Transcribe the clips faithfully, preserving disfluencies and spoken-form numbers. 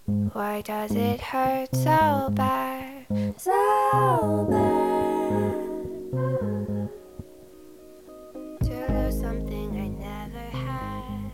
Why does it hurt so bad? So bad to lose something I never had,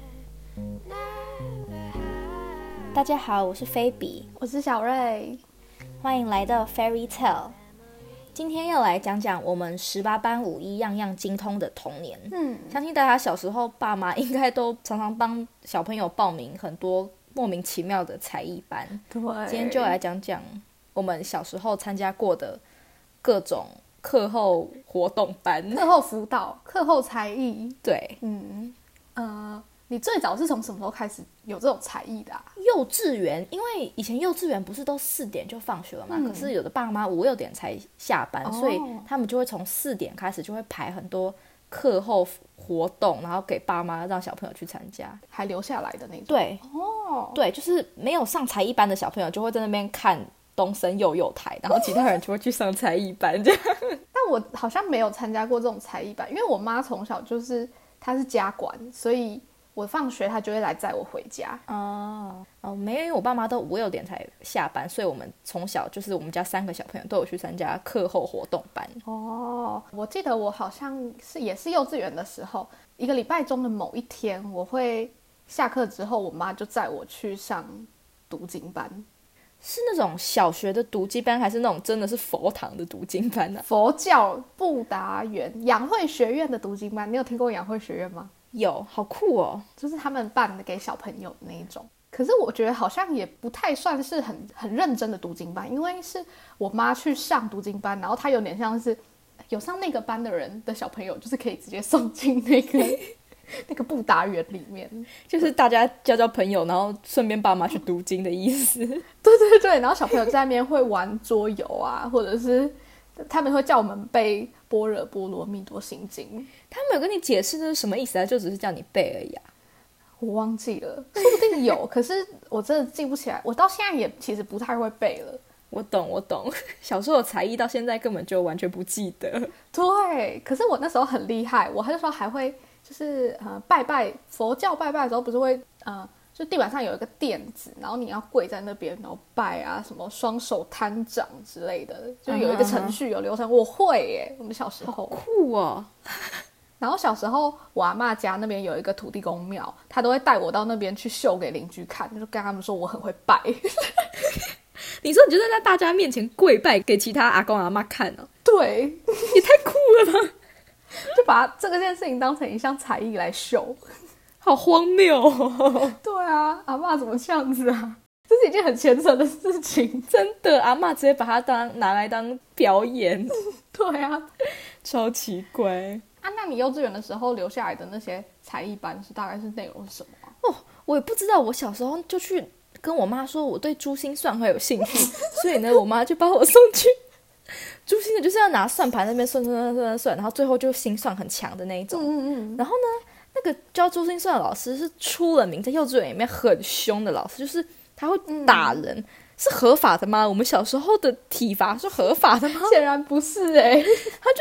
never had. 大家好，我是菲比， 我是小瑞， 欢迎来到 Fairy Tale。今天要来讲讲我们十八般武艺样样精通的童年。 嗯， 相信大家小时候爸妈应该都常常帮小朋友报名很多莫名其妙的才艺班。 对， 今天就来讲讲我们小时候参加过的各种课后活动班。 课后辅导、课后才艺。 对， 嗯，呃，你最早是从什么时候开始有这种才艺的啊？ 幼稚园，因为以前幼稚园不是都四点就放学了嘛、嗯、可是有的爸妈五六点才下班、哦、所以他们就会从四点开始就会排很多课后活动，然后给爸妈让小朋友去参加， 还留下来的那种。 对， 哦， 对，就是没有上才艺班的小朋友就会在那边看东森幼幼台，然后其他人就会去上才艺班这样。 但我好像没有参加过这种才艺班，因为我妈从小就是她是家管，所以我放学她就会来载我回家。 哦哦，没有，因为我爸妈都五六点才下班，所以我们从小就是我们家三个小朋友都有去参加课后活动班。 哦，我记得我好像是也是幼稚园的时候，一个礼拜中的某一天，我会下课之后，我妈就载我去上读经班。 是那种小学的读经班，还是那种真的是佛堂的读经班呢、啊？ 佛教布达园养慧学院的读经班，你有听过养慧学院吗？ 有，好酷哦！ 就是他们办的给小朋友的那一种。可是我觉得好像也不太算是很很认真的读经班，因为是我妈去上读经班，然后她有点像是有上那个班的人的小朋友，就是可以直接送进那个那个布达园里面， 就是大家交交朋友，然后顺便爸妈去读经的意思。 对对对，然后小朋友在那边会玩桌游啊，或者是他们会叫我们背般若波罗蜜多心经。 他们有跟你解释这是什么意思啊？就只是叫你背而已啊？ 我忘记了，说不定有，可是我真的记不起来。我到现在也其实不太会背了。 我懂，我懂。小时候的才艺到现在根本就完全不记得。 对，可是我那时候很厉害，我那时候还会就是呃拜拜佛教拜拜的时候，不是会呃就地板上有一个垫子，然后你要跪在那边，然后拜啊，什么双手摊掌之类的，就有一个程序、有流程。我会耶，我们小时候好酷哦。 然后小时候我阿嬷家那边有一个土地公庙，她都会带我到那边去秀给邻居看，就跟他们说我很会拜。 你说你就在大家面前跪拜给其他阿公阿嬷看哦？ 对， 也太酷了吧！ 就把这个件事情当成一项才艺来秀， 好荒谬哦！ 对啊，阿嬷怎么这样子啊？这是一件很虔诚的事情， 真的，阿嬷直接把它当拿来当表演。 对啊， 超奇怪啊！那你幼稚园的时候留下来的那些才艺班是大概是内容是什么、啊？ 哦，我也不知道，我小时候就去跟我妈说我对珠心算很有兴趣，所以呢，我妈就把我送去珠心的，就是要拿算盘那边算算算算算，然后最后就心算很强的那一种。 嗯嗯。 然后呢，那个教珠心算的老师是出了名，在幼稚园里面很凶的老师，就是他会打人。嗯，是合法的吗？我们小时候的体罚是合法的吗？ 显然不是哎、欸， 他就是，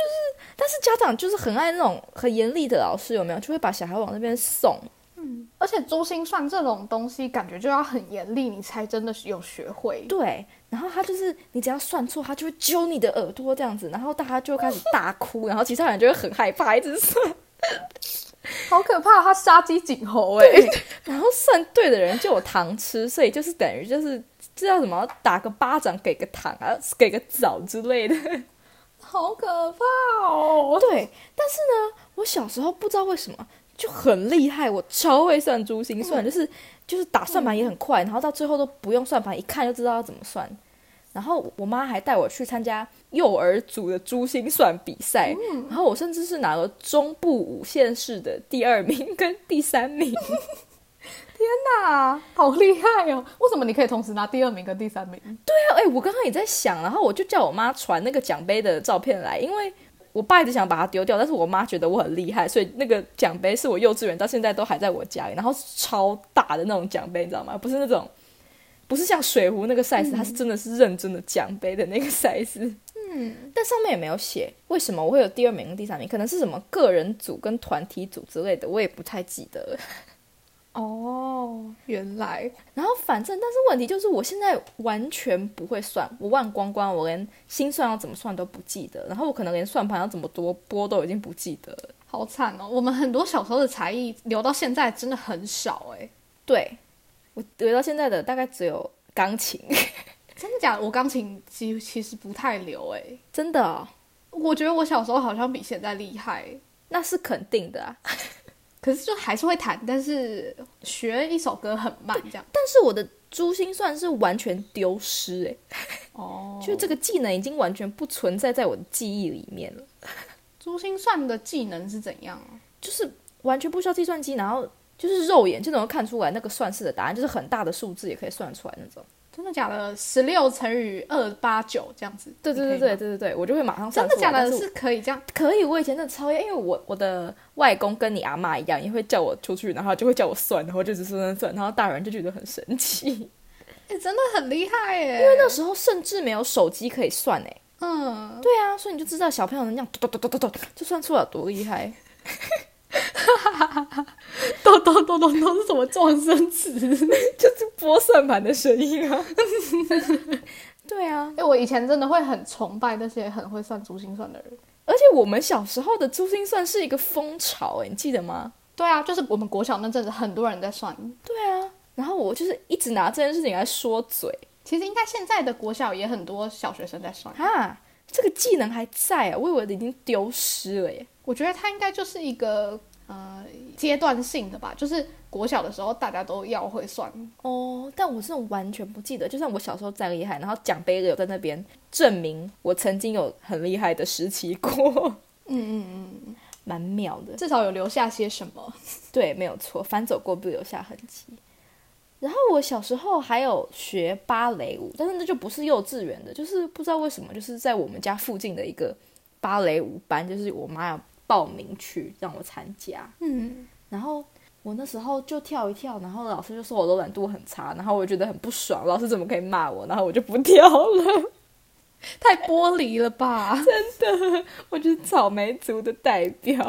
但是家长就是很爱那种很严厉的老师，有没有？就会把小孩往那边送。 嗯，而且珠心算这种东西，感觉就要很严厉，你才真的有学会。 对，然后他就是你只要算错，他就会揪你的耳朵这样子，然后大家就会开始大哭，然后其他人就会很害怕，一直算。 好可怕，他杀鸡儆猴哎、欸！ 然后算对的人就有糖吃，所以就是等于就是知道什么打个巴掌给个糖啊，给个枣之类的， 好可怕哦！ 对，但是呢，我小时候不知道为什么就很厉害，我超会算珠心算，嗯、就是就是打算盘也很快，然后到最后都不用算盘，一看就知道要怎么算。然后我妈还带我去参加幼儿组的珠心算比赛、嗯、然后我甚至是拿了中部五县市的第二名跟第三名。 天哪，好厉害哦！为什么你可以同时拿第二名跟第三名？ 对啊，哎、欸，我刚刚也在想，然后我就叫我妈传那个奖杯的照片来，因为我爸一直想把它丢掉，但是我妈觉得我很厉害，所以那个奖杯是我幼稚园到现在都还在我家里，然后超大的那种奖杯，你知道吗？不是那种不是像水壶那个 size、嗯、它是真的是认真的奖杯的那个 size。嗯，但上面也没有写为什么我会有第二名跟第三名，可能是什么个人组跟团体组之类的，我也不太记得了。 哦，原来。 然后反正，但是问题就是我现在完全不会算，我忘光光，我连心算要怎么算都不记得，然后我可能连算盘要怎么多拨都已经不记得了。 好惨哦！我们很多小时候的才艺留到现在真的很少哎。 对，我留到现在的大概只有钢琴。 真的假的？我钢琴其其实不太留哎。 真的哦？ 我觉得我小时候好像比现在厉害。 那是肯定的啊。 可是就还是会弹，但是学一首歌很慢这样。 但是我的珠心算是完全丢失哎。 哦， 就这个技能已经完全不存在在我的记忆里面了。 珠心算的技能是怎样啊？ 就是完全不需要计算机，然后就是肉眼就能够看出来那个算式的答案，就是很大的数字也可以算出来那种。 真的假的？十六乘以二八九这样子？ 对对对对对对对，我就会马上算出来。 真的假的？ 是是可以这样？ 可以，我以前真的超厌，因为我我的外公跟你阿嬷一样，也会叫我出去，然后就会叫我算，然后就只算算算，然后大人就觉得很神奇。 哎、欸，真的很厉害耶！ 因为那时候甚至没有手机可以算哎。 嗯， 对啊，所以你就知道小朋友能这样咚咚咚咚咚就算出来有多厉害。 咚咚咚咚咚是什么撞声词？ 就是拨算盘的声音啊。对啊， 因为我以前真的会很崇拜那些很会算珠心算的人， 而且我们小时候的珠心算是一个风潮，你记得吗？ 对啊，就是我们国小那阵子很多人在算。 对啊，然后我就是一直拿这件事情来说嘴。 其实应该现在的国小也很多小学生在算啊，这个技能还在啊，我以为已经丢失了耶。 我觉得它应该就是一个呃阶段性的吧，就是国小的时候大家都要会算哦，但我真的完全不记得，就算我小时候再厉害，然后奖杯有在那边证明我曾经有很厉害的时期过。 嗯嗯嗯， 蛮妙的， 至少有留下些什么。 对，没有错，反走过不留下痕迹。然后我小时候还有学芭蕾舞，但是那就不是幼稚园的，就是不知道为什么，就是在我们家附近的一个芭蕾舞班，就是我妈要报名去让我参加。 嗯， 然后我那时候就跳一跳，然后老师就说我柔软度很差，然后我觉得很不爽，老师怎么可以骂我，然后我就不跳了。 太玻璃了吧。 真的，我就是草莓族的代表。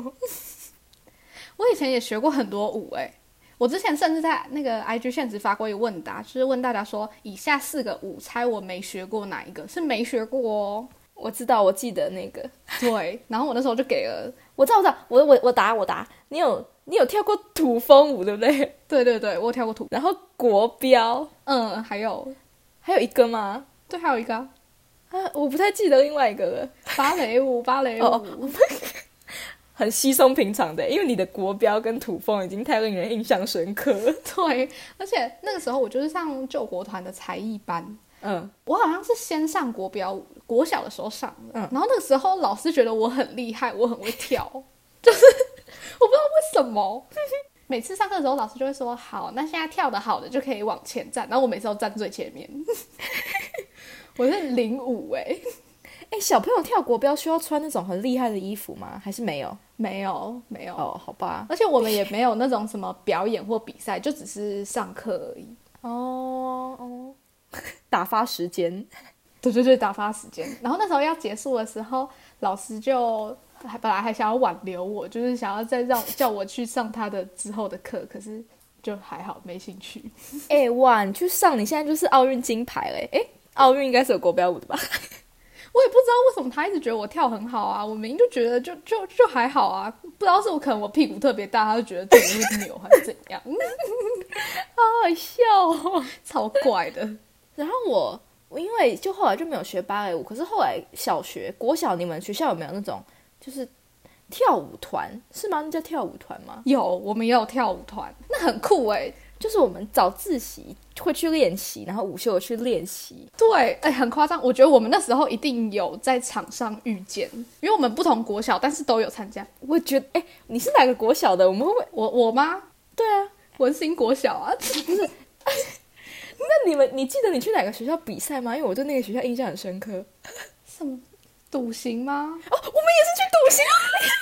我以前也学过很多舞耶，我之前甚至在那个 I G 限时发过一个问答，就是问大家说以下四个舞猜我没学过哪一个，是没学过哦。 我知道，我记得那个。 对，然后我那时候就给了， 我知道我知道，我我我答我答，你有你有跳过土风舞对不对？ 对对对，我有跳过土， 然后国标， 嗯，还有还有一个吗？ 对，还有一个啊， 啊我不太记得另外一个了。 芭蕾舞，芭蕾舞。 哦很稀松平常的，因为你的国标跟土风已经太令人印象深刻了。 对，而且那个时候我就是上救国团的才艺班， 嗯， 我好像是先上国标舞，国小的时候上的， 嗯， 然后那个时候老师觉得我很厉害，我很会跳，就是我不知道为什么，每次上课的时候老师就会说好，那现在跳得好的就可以往前站，然后我每次都站最前面，我是零五哎。 哎，小朋友跳国标需要穿那种很厉害的衣服吗？还是没有？ 没有，没有。 哦，好吧。 而且我们也没有那种什么表演或比赛，就只是上课而已。 哦哦，打发时间。 对对对，打发时间。然后那时候要结束的时候，老师就还本来还想要挽留我，就是想要再让叫我去上他的之后的课，可是就还好没兴趣。 哎哇，你去上，你现在就是奥运金牌嘞！哎，奥运应该是有国标舞的吧？ 我也不知道为什么他一直觉得我跳很好啊，我明明就觉得就就就还好啊，不知道是我可能我屁股特别大，他就觉得自己会扭还是怎样， 好好笑哦， 超怪的。 然后我我因为就后来就没有学芭蕾舞，可是后来小学国小你们学校有没有那种就是跳舞团是吗？那叫跳舞团吗？ 有，我们也有跳舞团，那很酷哎、欸。 就是我们早自习会去练习，然后午休去练习。 对，哎，很夸张。我觉得我们那时候一定有在场上遇见，因为我们不同国小，但是都有参加。 我觉得，哎，你是哪个国小的？我们会不会？ 我我吗？ 对啊， 文心国小啊。不是， 那你们，你记得你去哪个学校比赛吗？因为我对那个学校印象很深刻。 什么笃行吗？ 哦，我们也是去笃行。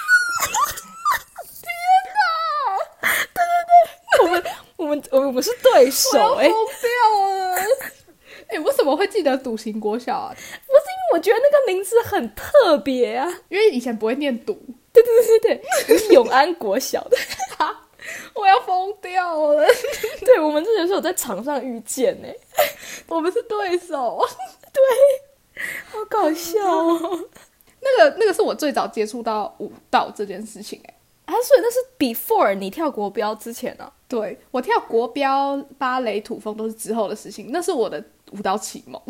我们我们我们是对手哎、欸， 我要疯掉了！哎、欸，为什么会记得笃行国小啊？ 不是因为我觉得那个名字很特别啊， 因为以前不会念笃。 对对对对对，永安国小的。 我我要疯掉了。 对，我们之前是有在场上遇见呢， 我们是对手。 对，好搞笑哦。 那个那个是我最早接触到舞蹈这件事情哎。 啊，所以那是 before 你跳国标之前啊？ 对，我跳国标、芭蕾、土风都是之后的事情，那是我的舞蹈启蒙。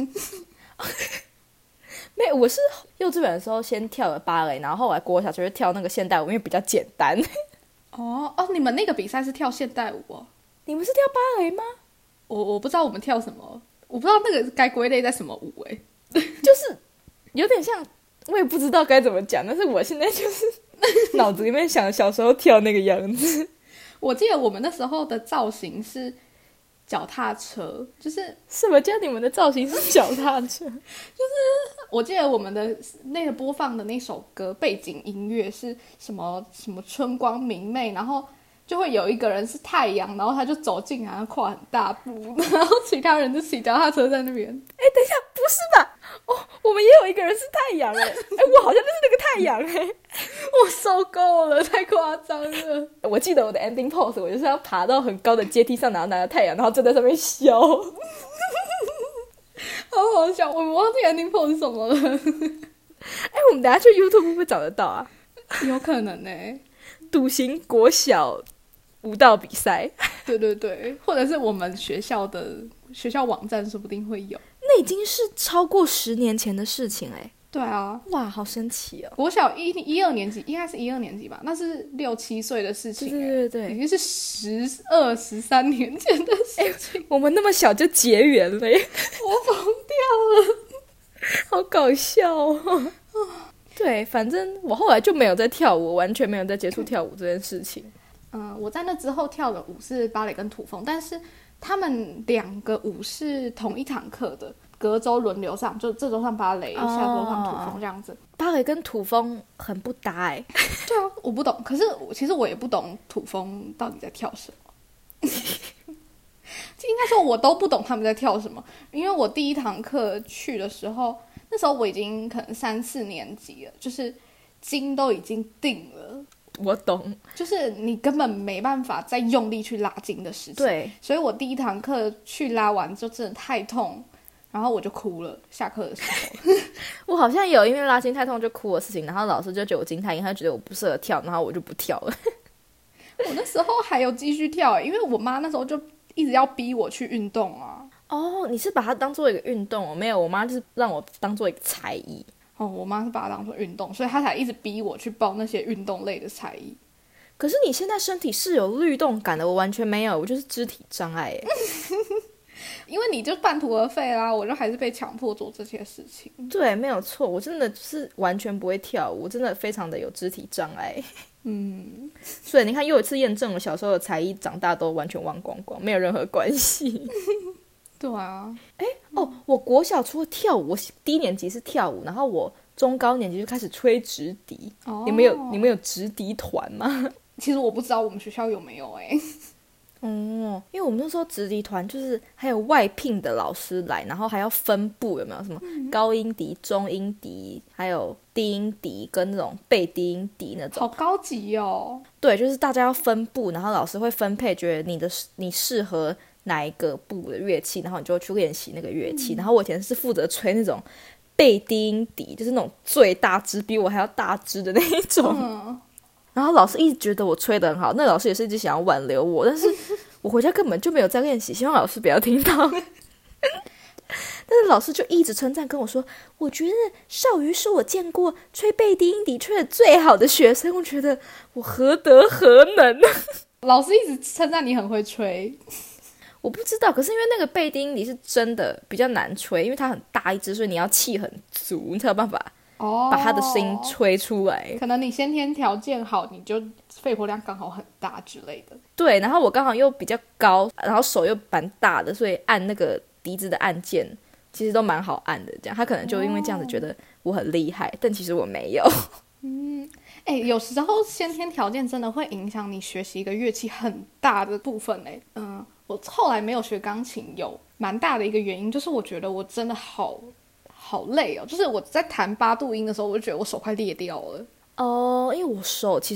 没有，我是幼稚园的时候先跳了芭蕾，然后后来国小就会跳那个现代舞，因为比较简单。 哦哦，你们那个比赛是跳现代舞哦？ 你们是跳芭蕾吗？ 我我不知道我们跳什么，我不知道那个该归类在什么舞哎。 就是有点像，我也不知道该怎么讲，但是我现在就是脑子里面想小时候跳那个样子。 我记得我们那时候的造型是脚踏车，就是什么叫你们的造型是脚踏车？ 我记得我们的那个播放的那首歌背景音乐是什么什么春光明媚，然后就会有一个人是太阳，然后他就走进来，跨很大步，然后其他人就骑脚踏车在那边。 哎，等一下，不是吧？哦，我们也有一个人是太阳哎，哎，我好像就是那个太阳哎， 我受够了，太夸张了。 我记得我的 ending pose， 我就是要爬到很高的阶梯上，然后拿着太阳，然后站在上面笑。 好好笑，我忘记 ending pose 是什么了。 哎，我们等一下去 YouTube 会不会找得到啊？ 有可能呢、欸。 笃行国小舞蹈比赛， 对对对，或者是我们学校的学校网站说不定会有。 那已经是超过十年前的事情哎。 对啊， 哇，好神奇哦！ 国小一一二年级，应该是一二年级吧？那是六七岁的事情、欸， 对对对对， 已经是十二十三年前的事情、欸。 我们那么小就结缘了耶， 我疯掉了， 好搞笑哦！对，反正我后来就没有在跳舞，完全没有在接触跳舞这件事情。 嗯，我在那之后跳的舞是芭蕾跟土风，但是他们两个舞是同一堂课的。隔周轮流上，就这周上芭蕾，下周上土风这样子。 芭蕾跟土风很不搭哎。 对啊，我不懂。可是其实我也不懂土风到底在跳什么。应该说我都不懂他们在跳什么，因为我第一堂课去的时候，那时候我已经可能三四年级了，就是筋都已经定了。 我懂， 就是你根本没办法再用力去拉筋的事情。 对， 所以我第一堂课去拉完就真的太痛。然后我就哭了，下课的时候。 我好像有因为拉筋太痛就哭的事情，然后老师就觉得我筋太硬，他觉得我不适合跳，然后我就不跳了。 我那时候还有继续跳，因为我妈那时候就一直要逼我去运动啊。 哦，你是把它当做一个运动哦？没有，我妈就是让我当做一个才艺。 哦，我妈是把它当做运动，所以她才一直逼我去报那些运动类的才艺。 可是你现在身体是有律动感的，我完全没有，我就是肢体障碍耶。 因为你就半途而废啦，我就还是被强迫做这些事情。 对，没有错，我真的就是完全不会跳舞，我真的非常的有肢体障碍。 嗯， 所以你看，又一次验证了小时候的才艺，长大都完全忘光光，没有任何关系。 对啊， 哎哦，我国小除了跳舞，我低年级是跳舞，然后我中高年级就开始吹直笛。哦，你们有你们有直笛团吗？ 其实我不知道我们学校有没有哎、欸。 哦，因为我们那时候直笛团就是还有外聘的老师来，然后还要分部，有没有什么高音笛、中音笛，还有低音笛跟那种背低音笛那种， 好高级哦。 对，就是大家要分部，然后老师会分配，觉得你的你适合哪一个部的乐器，然后你就去练习那个乐器。嗯、然后我以前是负责吹那种背低音笛，就是那种最大支，比我还要大支的那一种。嗯，然后老师一直觉得我吹得很好，那老师也是一直想要挽留我，但是我回家根本就没有在练习，希望老师不要听到。但是老师就一直称赞跟我说，我觉得少瑜是我见过吹背低音笛吹得最好的学生，我觉得我何德何能呢？ 老师一直称赞你很会吹。 我不知道，可是因为那个背低音笛是真的比较难吹，因为它很大一支，所以你要气很足，你才有办法把它的声音吹出来。 可能你先天条件好，你就肺活量刚好很大之类的。 对，然后我刚好又比较高，然后手又蛮大的，所以按那个笛子的按键其实都蛮好按的。这样他可能就因为这样子觉得我很厉害，但其实我没有。 嗯，哎、欸，有时候先天条件真的会影响你学习一个乐器很大的部分哎。嗯，我后来没有学钢琴，有蛮大的一个原因就是我觉得我真的好好累哦，就是我在弹八度音的时候，我就觉得我手快裂掉了。 哦，因为我手其实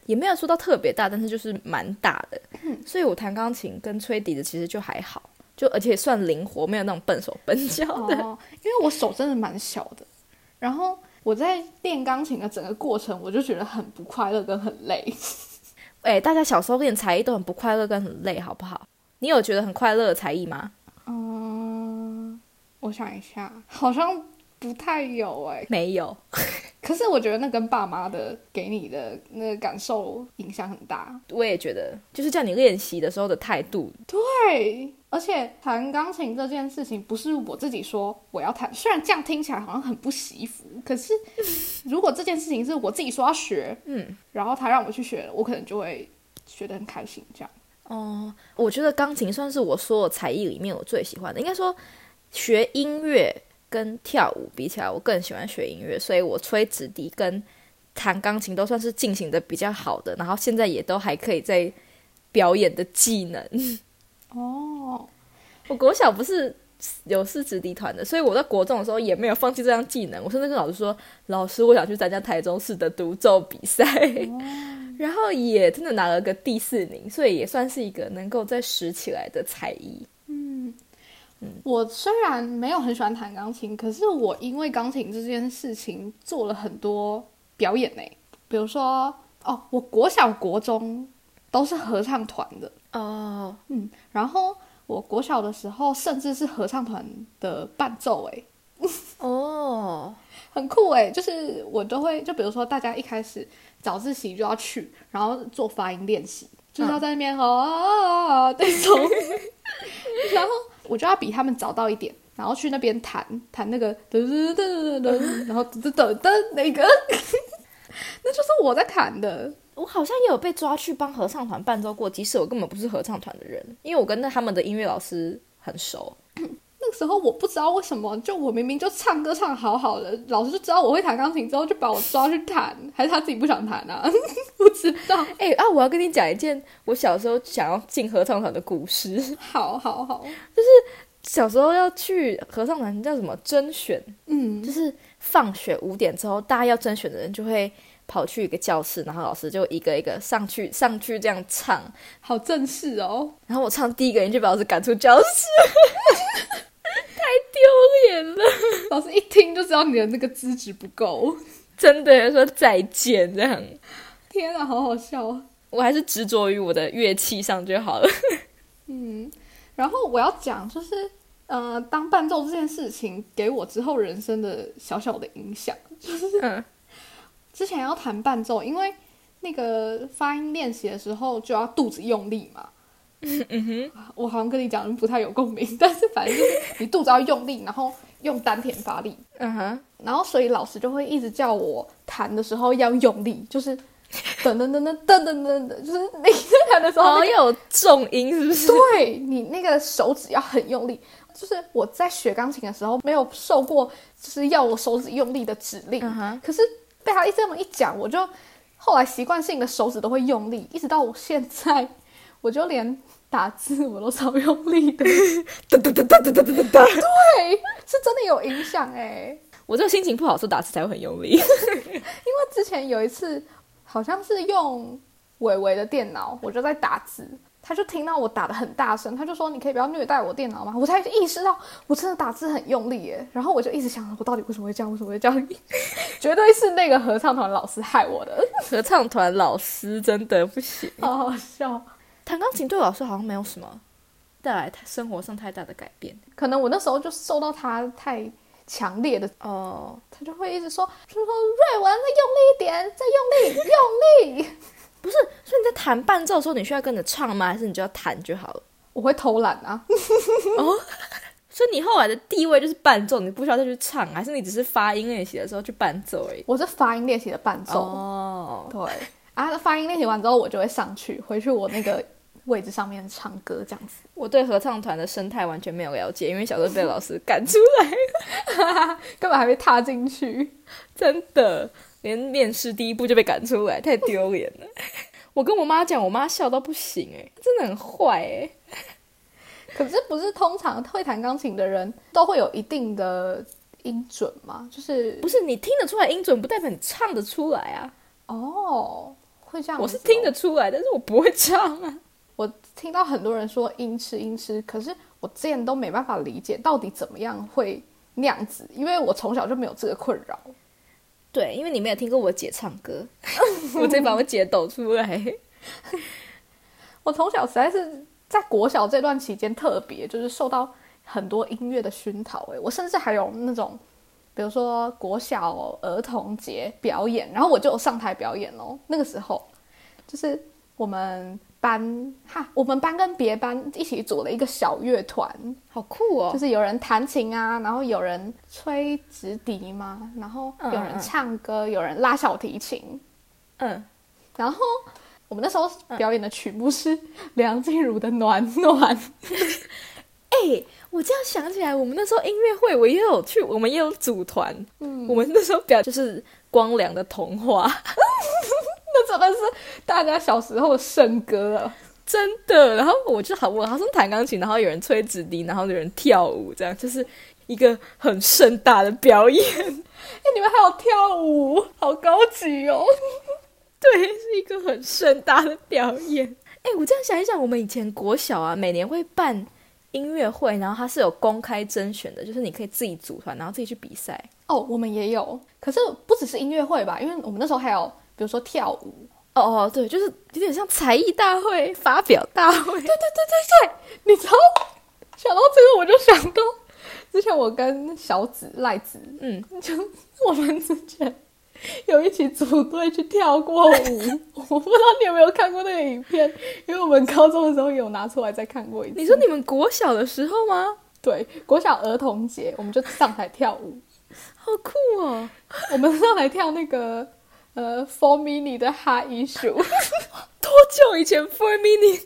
也没有说到特别大，但是就是蛮大的。嗯，所以我弹钢琴跟吹笛子其实就还好，就而且算灵活，没有那种笨手笨脚的。 哦，因为我手真的蛮小的，然后我在练钢琴的整个过程，我就觉得很不快乐跟很累。 哎、欸，大家小时候练才艺都很不快乐跟很累，好不好？你有觉得很快乐的才艺吗？ 嗯，我想一下，好像不太有哎、欸， 没有。 可是我觉得那跟爸妈的给你的那个感受影响很大。 我也觉得，就是叫你练习的时候的态度。 对，而且弹钢琴这件事情不是我自己说我要弹，虽然这样听起来好像很不习服，可是如果这件事情是我自己说要学，嗯，然后他让我去学，我可能就会学得很开心这样。 哦，我觉得钢琴算是我所有才艺里面我最喜欢的。应该说，学音乐跟跳舞比起来，我更喜欢学音乐，所以我吹直笛跟弹钢琴都算是进行的比较好的，然后现在也都还可以在表演的技能。 哦， 我国小不是有是直笛团的，所以我在国中的时候也没有放弃这项技能。我甚至跟老师说：“老师，我想去参加台中市的独奏比赛。哦”然后也真的拿了个第四名，所以也算是一个能够再拾起来的才艺。 嗯嗯，我虽然没有很喜欢弹钢琴，可是我因为钢琴这件事情做了很多表演呢。比如说，哦，我国小国中都是合唱团的哦， 嗯，然后我国小的时候甚至是合唱团的伴奏哎。 哦， 很酷哎，就是我都会，就比如说大家一开始早自习就要去，然后做发音练习，就是要在那边啊那种，然后我就要比他们早到一点，然后去那边弹弹那个噔噔噔噔噔，然后噔噔噔那个，那就是我在弹的。 我好像也有被抓去帮合唱团伴奏过，即使我根本不是合唱团的人，因为我跟他们的音乐老师很熟。 那个时候我不知道为什么，就我明明就唱歌唱得好好的，老师就知道我会弹钢琴之后就把我抓去弹，还是他自己不想弹啊？不知道。 哎、欸、啊！我要跟你讲一件我小时候想要进合唱团的故事。 好好好， 就是小时候要去合唱团叫什么甄选，嗯，就是放学五点之后，大家要甄选的人就会跑去一个教室，然后老师就一个一个上去上去这样唱， 好正式哦。 然后我唱第一个人就把老师赶出教室。太丢脸了， 老师一听就知道你的那个资质不够， 真的说再见这样。 天啊，好好笑！ 我还是执着于我的乐器上就好了。 嗯，然后我要讲就是，呃，当伴奏这件事情给我之后人生的小小的影响，就是、嗯、之前要弹伴奏，因为那个发音练习的时候就要肚子用力嘛。嗯哼，我好像跟你讲不太有共鸣，但是反正就是你肚子要用力，然后用丹田发力。嗯哼，然后所以老师就会一直叫我弹的时候要用力，就是噔噔噔噔噔噔噔噔，就是你在弹的时候、那個， 好有重音是不是？ 对，你那个手指要很用力。就是我在学钢琴的时候没有受过就是要我手指用力的指令，嗯、可是被他一这么一讲，我就后来习惯性的手指都会用力，一直到我现在。我就连打字我都超用力的，对，是真的有影响哎。 我这个心情不好时候打字才会很用力，因为之前有一次好像是用伟伟的电脑，我就在打字，他就听到我打得很大声，他就说你可以不要虐待我电脑吗？我才意识到我真的打字很用力耶，然后我就一直想我到底为什么会这样，为什么会这样？绝对是那个合唱团老师害我的， 合唱团老师真的不行， 好好笑。 弹钢琴对我来说好像没有什么带来生活上太大的改变， 可能我那时候就受到他太强烈的哦，他就会一直说，就说瑞文再用力一点，再用力，用力。 不是，所以你在弹伴奏的时候，你需要跟着唱吗？还是你就要弹就好了？ 我会偷懒啊。 哦，所以你后来的地位就是伴奏，你不需要再去唱，还是你只是发音练习的时候去伴奏而已？ 我是发音练习的伴奏哦，对。啊，发音练习完之后，我就会上去，回去我那个位置上面唱歌这样子。 我对合唱团的生态完全没有了解，因为小时候被老师赶出来， 根本还没踏进去， 真的，连面试第一步就被赶出来，太丢脸了。我跟我妈讲，我妈笑到不行哎，真的很坏哎。 可是不是通常会弹钢琴的人都会有一定的音准吗？就是不是你听得出来音准，不代表你唱得出来啊。 哦， 会这样子、哦？ 我是听得出来，但是我不会唱啊。 我听到很多人说音痴音痴，可是我之前都没办法理解到底怎么样会那样子，因为我从小就没有这个困扰。 对，因为你没有听过我姐唱歌，我直接把我姐抖出来。 我从小实在是在国小这段期间特别就是受到很多音乐的熏陶，我甚至还有那种比如说国小儿童节表演，然后我就有上台表演咯。那个时候就是我们班哈，我们班跟别班一起组了一个小乐团， 好酷哦！ 就是有人弹琴啊，然后有人吹直笛嘛，然后有人唱歌，嗯嗯有人拉小提琴，嗯，然后我们那时候表演的曲目是梁静茹的《暖暖》。 哎、欸，我这样想起来，我们那时候音乐会我也有去，我们也有组团，嗯，我们那时候表就是光良的童话。 那真的是大家小时候的圣歌啊， 真的。然后我就好，我好像弹钢琴，然后有人吹直笛，然后有人跳舞，这样就是一个很盛大的表演。哎、 欸，你们还有跳舞，好高级哦！ 对，是一个很盛大的表演。哎、欸，我这样想一想，我们以前国小啊，每年会办音乐会，然后它是有公开甄选的，就是你可以自己组团，然后自己去比赛。 哦，我们也有，可是不只是音乐会吧，因为我们那时候还有。比如说跳舞， 哦哦，对，就是有点像才艺大会、发表大会。 对对对对对，你知道，想到这个我就想到，之前我跟小紫赖子，嗯，就我们之前有一起组队去跳过舞。我不知道你有没有看过那个影片，因为我们高中的时候有拿出来再看过一次。 你说你们国小的时候吗？ 对，国小儿童节，我们就上台跳舞， 好酷哦！ 我们上台跳那个。呃 ，Four Mini 的 Hot Issue， 多久以前 Four Mini？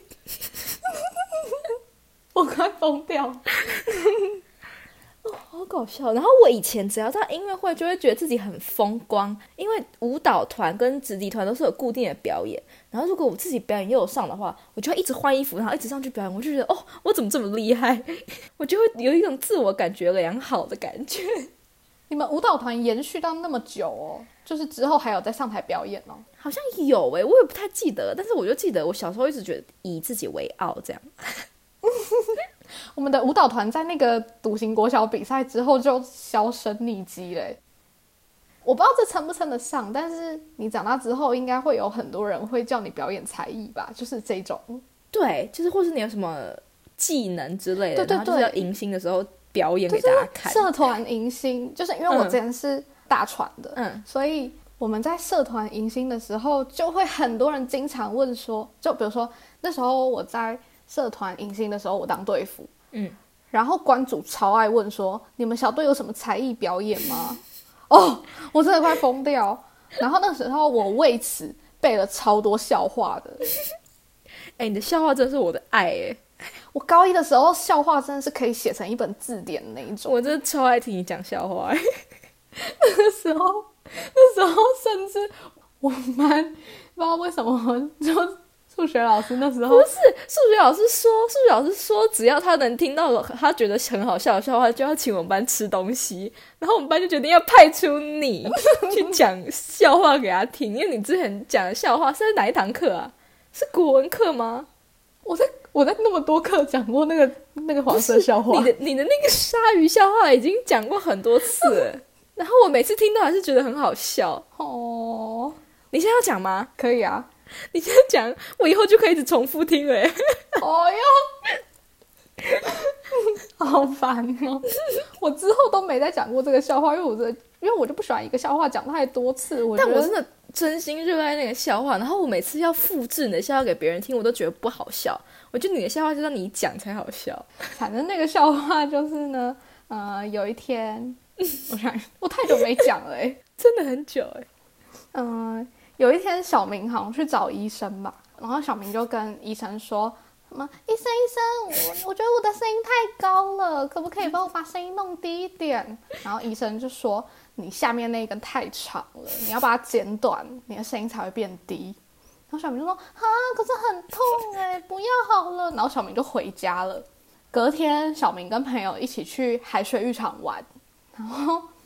我快疯掉了。 哦，好搞笑。然后我以前只要到音乐会，就会觉得自己很风光，因为舞蹈团跟直笛团都是有固定的表演。然后如果我自己表演又有上的话，我就会一直换衣服，然后一直上去表演。我就觉得，哦，我怎么这么厉害？我就会有一种自我感觉良好的感觉。 你们舞蹈团延续到那么久哦，就是之后还有在上台表演哦？ 好像有诶、欸，我也不太记得，但是我就记得我小时候一直觉得以自己为傲这样。 我们的舞蹈团在那个笃行国小比赛之后就销声匿迹嘞。我不知道这称不称得上，但是你长大之后应该会有很多人会叫你表演才艺吧，就是这种。 对，就是或是你有什么技能之类的， 对对对， 然后就是要迎新的时候表演给大家看。 社团迎新，就是因为我之前是大传的，嗯，所以我们在社团迎新的时候，就会很多人经常问说，就比如说那时候我在社团迎新的时候，我当队服，嗯，然后关主超爱问说，你们小队有什么才艺表演吗？哦，我真的快疯掉。然后那时候我为此背了超多笑话的。 哎、欸，你的笑话真的是我的爱哎！ 我高一的时候笑话真的是可以写成一本字典的那一种。 我真的超爱听你讲笑话。 那个时候，那时候甚至我们班不知道为什么就数学老师那时候不是数学老师说，数学老师说只要他能听到他觉得很好笑的笑话，就要请我们班吃东西。然后我们班就决定要派出你去讲笑话给他听，因为你之前讲的笑话是在哪一堂课啊？是国文课吗？ 我在我在那么多课讲过那个那个黄色笑话。 你的你的那个鲨鱼笑话已经讲过很多次了，然后我每次听到还是觉得很好笑。哦，你现在要讲吗？ 可以啊， 你现在讲，我以后就可以一直重复听了耶。 哦哟，好烦哦！我之后都没再讲过这个笑话，因为我的因为我就不喜欢一个笑话讲太多次。我但我真的真心热爱那个笑话，然后我每次要复制你的笑话给别人听，我都觉得不好笑。我觉得你的笑话就让你讲才好笑。 反正那个笑话就是呢，呃，有一天，我想我太久没讲了，哎， 真的很久哎。 嗯、呃，有一天小明好像去找医生吧，然后小明就跟医生说。什么？医生，医生，我我觉得我的声音太高了，可不可以帮我把声音弄低一点？然后医生就说，你下面那一根太长了，你要把它剪短，你的声音才会变低。然后小明就说，啊，可是很痛哎，不要好了。然后小明就回家了。隔天，小明跟朋友一起去海水浴场玩，然后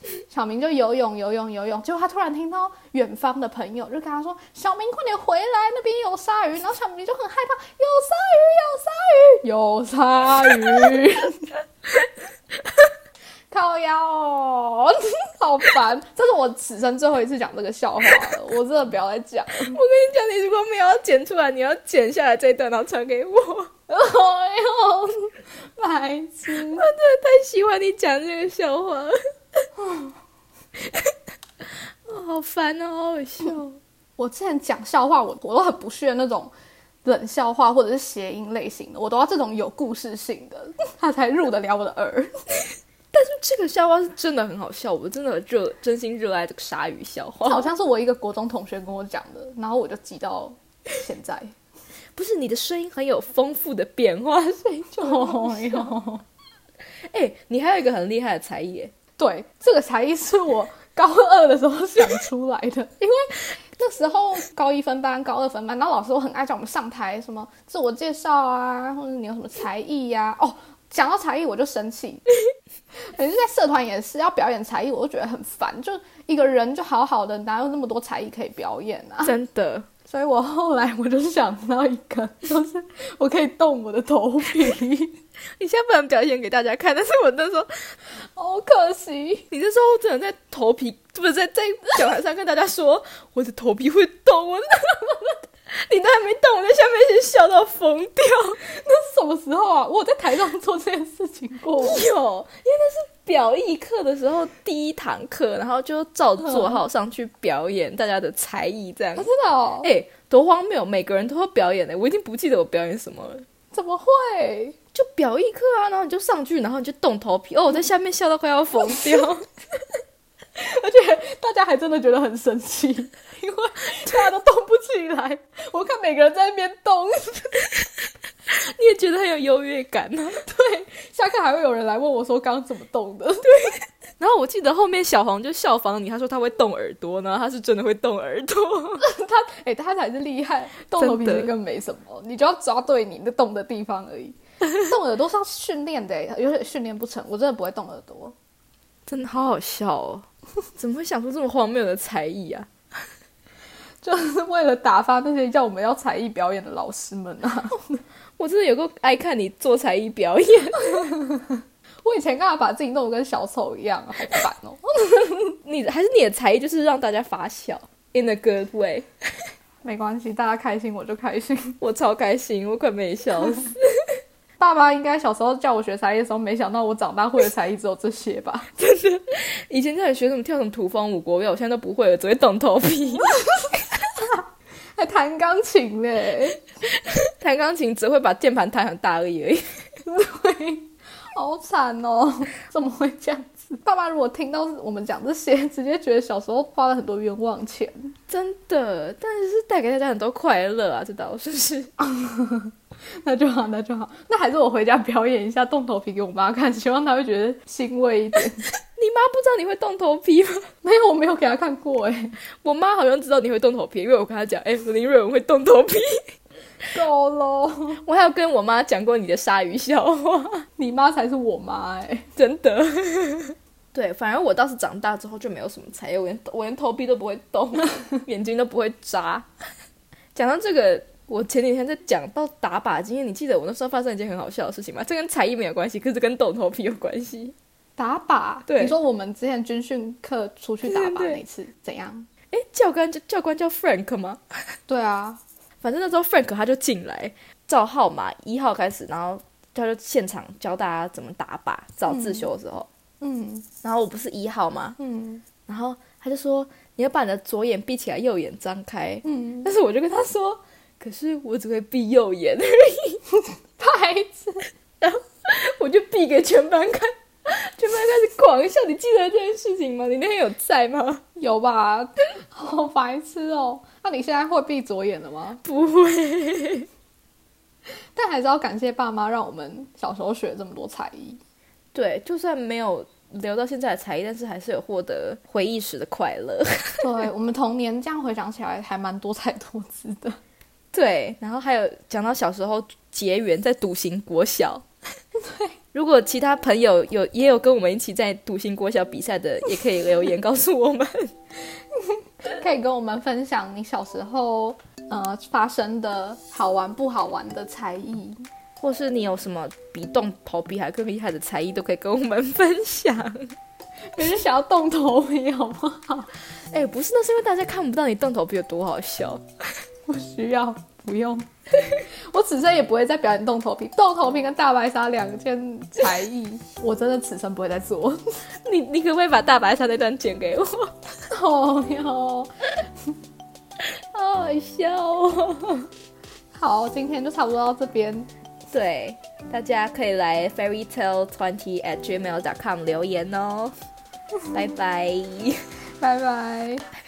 小明就游泳游泳游泳，结果他突然听到远方的朋友就跟他说：“小明，快点回来，那边有鲨鱼。”然后小明就很害怕，有鲨鱼，有鲨鱼，有鲨鱼，靠腰哦，好烦！这是我此生最后一次讲这个笑话了，我真的不要再讲了。 我跟你讲，你如果没有要剪出来，你要剪下来这一段，然后传给我。 哎呦，白痴！ 我真的太喜欢你讲这个笑话了。哦，好烦哦，好好笑。 我之前讲笑话，我我都很不屑那种冷笑话或者是谐音类型的，我都要这种有故事性的，它才入得了我的耳。 但是这个笑话是真的很好笑，我真的热真心热爱这个鲨鱼笑话。 好像是我一个国中同学跟我讲的，然后我就记到现在。 不是，你的声音很有丰富的变化，所以就哦哟， 哎，你还有一个很厉害的才艺耶。 对，这个才艺是我高二的时候想出来的，因为那时候高一分班、高二分班，然后老师都很爱叫我们上台，什么自我介绍啊，或者你有什么才艺呀、啊。哦，讲到才艺我就生气，可是在社团也是要表演才艺，我就觉得很烦，就一个人就好好的，哪有那么多才艺可以表演啊？ 真的。 所以我后来我就想到一个，就是我可以动我的头皮。 你现在不能表现给大家看，但是我那时候好可惜， 你那时候真的在头皮，不是在在讲台上跟大家说我的头皮会动，我你都还没动，我在下面先笑到疯掉。 那是什么时候啊？我有在台上做这件事情过。 有，因为那是表艺课的时候第一堂课，然后就照做好上去表演大家的才艺这样。 啊、真的哦？ 哎、欸，多荒谬！每个人都会表演的，我已经不记得我表演什么了。 怎么会？ 就表艺课啊，然后你就上去，然后你就动头皮。哦，我在下面笑到快要疯掉。 而且大家还真的觉得很生气，因为大家都动不起来。我看每个人在那边动， 你也觉得很有优越感吗？ 对，下课还会有人来问我说刚刚怎么动的。对， 然后我记得后面小黄就效仿你，他说他会动耳朵，然后他是真的会动耳朵。 他哎、欸，他才是厉害，动头皮根本没什么，你就要抓对你的动的地方而已。动耳朵是要训练的，有点训练不成，我真的不会动耳朵。 真的好好笑哦！怎么会想出这么荒谬的才艺啊？ 就是为了打发那些叫我们要才艺表演的老师们啊！ 我真的有够爱看你做才艺表演。 我以前干嘛把自己弄得跟小丑一样啊，好烦哦！ 你还是你的才艺就是让大家发笑 ，in a good way。 没关系，大家开心我就开心， 我超开心，我快没笑死。 爸妈应该小时候叫我学才艺的时候，没想到我长大会的才艺只有这些吧？ 真的，以前叫你学什么跳什么土风舞国乐，我现在都不会了，只会动头皮。 还弹钢琴嘞， 弹钢琴只会把键盘弹很大而已而已。 对，好惨哦！怎么会这样子？爸妈如果听到我们讲这些，直接觉得小时候花了很多冤枉钱。 真的，但是带给大家很多快乐啊，这倒是是。 那就好，那就好。那还是我回家表演一下动头皮给我妈看，希望她会觉得欣慰一点。 你妈不知道你会动头皮吗？ 没有，我没有给她看过哎。 我妈好像知道你会动头皮，因为我跟她讲，哎、欸，林瑞文会动头皮。 够咯， 我还有跟我妈讲过你的鲨鱼笑话。 你妈才是我妈哎， 真的。对，反而我倒是长大之后就没有什么才艺，我连我连头皮都不会动，眼睛都不会眨。讲到这个，我前几天在讲到打靶经验，你记得我那时候发生一件很好笑的事情吗？这跟才艺没有关系，可是跟动头皮有关系。 打靶？ 对， 你说我们之前军训课出去打靶那次怎样？ 哎，教官教官叫 Frank 吗？ 对啊， 反正那时候 Frank 他就进来，照号码一号开始，然后他就现场教大家怎么打靶，早自修的时候。 嗯， 然后我不是一号吗？ 嗯， 然后他就说你要把你的左眼闭起来，右眼张开。 嗯， 但是我就跟他说，可是我只会闭右眼而已， 白痴。 然后我就闭给全班看，全班开始狂笑。你记得这件事情吗？你那天有在吗？ 有吧？好白痴哦。那你现在会闭左眼了吗？ 不会。 但还是要感谢爸妈，让我们小时候学这么多才艺。 对，就算没有留到现在的才艺，但是还是有获得回忆时的快乐。 对，我们童年这样回想起来还蛮多彩多姿的。 对，然后还有讲到小时候结缘在笃行国小。 对， 如果其他朋友有也有跟我们一起在独行国小比赛的，也可以留言告诉我们。 可以跟我们分享你小时候呃发生的好玩不好玩的才艺， 或是你有什么比动头皮还更厉害的才艺，都可以跟我们分享。 有人想要动头皮好不好？ 哎、欸，不是，那是因为大家看不到你动头皮有多好笑。 不需要，不用。我此生也不会再表演动头皮，动头皮跟大白鲨两件才艺，我真的此生不会再做。 你你可不可以把大白鲨那段剪给我？ 哦哟， 好好笑哦。 好，今天就差不多到这边。 对，大家可以来 fairytale twenty at gmail dot com 留言哦。拜拜， 拜拜。